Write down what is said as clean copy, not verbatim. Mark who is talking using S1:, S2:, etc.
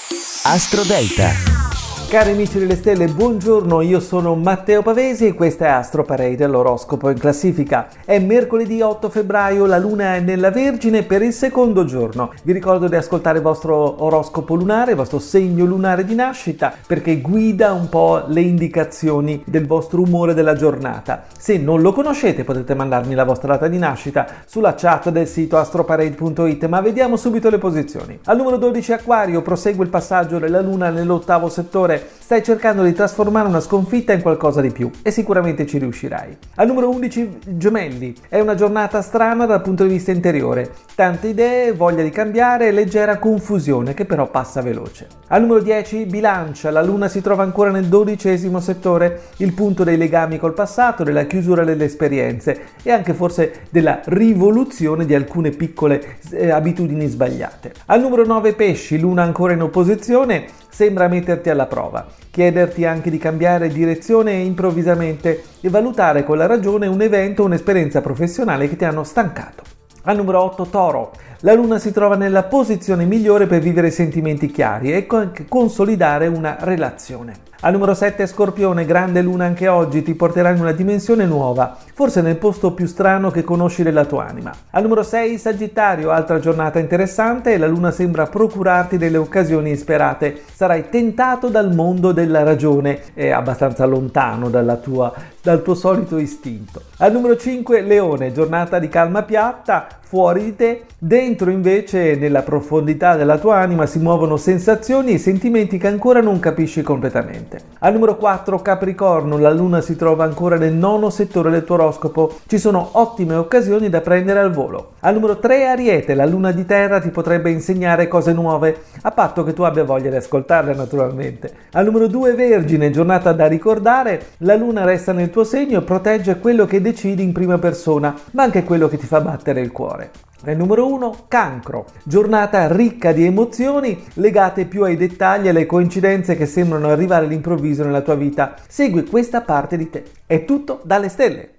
S1: Astro Delta.
S2: Cari amici delle stelle, buongiorno, io sono Matteo Pavesi e questa è Astro Parade, l'oroscopo in classifica. È mercoledì 8 febbraio, la luna è nella Vergine per il secondo giorno. Vi ricordo di ascoltare il vostro oroscopo lunare, il vostro segno lunare di nascita, perché guida un po' le indicazioni del vostro umore della giornata. Se non lo conoscete potete mandarmi la vostra data di nascita sulla chat del sito astroparade.it, ma vediamo subito le posizioni. Al numero 12 Acquario, prosegue il passaggio della luna nell'ottavo settore. Stai cercando di trasformare una sconfitta in qualcosa di più e sicuramente ci riuscirai. Al numero 11 Gemelli, è una giornata strana dal punto di vista interiore, tante idee, voglia di cambiare e leggera confusione che però passa veloce. Al numero 10 Bilancia, la luna si trova ancora nel 12° settore, il punto dei legami col passato, della chiusura delle esperienze e anche forse della rivoluzione di alcune piccole abitudini sbagliate. Al numero 9 Pesci, luna ancora in opposizione, sembra metterti alla prova, chiederti anche di cambiare direzione improvvisamente e valutare con la ragione un evento o un'esperienza professionale che ti hanno stancato. Al numero 8 Toro, la luna si trova nella posizione migliore per vivere sentimenti chiari e consolidare una relazione. Al numero 7 Scorpione, grande luna anche oggi, ti porterà in una dimensione nuova, forse nel posto più strano che conosci della tua anima. Al numero 6 Sagittario, altra giornata interessante e la luna sembra procurarti delle occasioni insperate. Sarai tentato dal mondo della ragione, è abbastanza lontano dal tuo solito istinto. Al numero 5 Leone, giornata di calma piatta, fuori di te, dentro invece nella profondità della tua anima si muovono sensazioni e sentimenti che ancora non capisci completamente. Al numero 4 Capricorno, la luna si trova ancora nel nono settore del tuo oroscopo, ci sono ottime occasioni da prendere al volo. Al numero 3 Ariete, la luna di terra ti potrebbe insegnare cose nuove, a patto che tu abbia voglia di ascoltarle naturalmente. Al numero 2 Vergine, giornata da ricordare, la luna resta nel tuo segno e protegge quello che decidi in prima persona, ma anche quello che ti fa battere il cuore. E numero 1 Cancro, giornata ricca di emozioni legate più ai dettagli e alle coincidenze che sembrano arrivare all'improvviso nella tua vita. Segui questa parte di te. È tutto dalle stelle.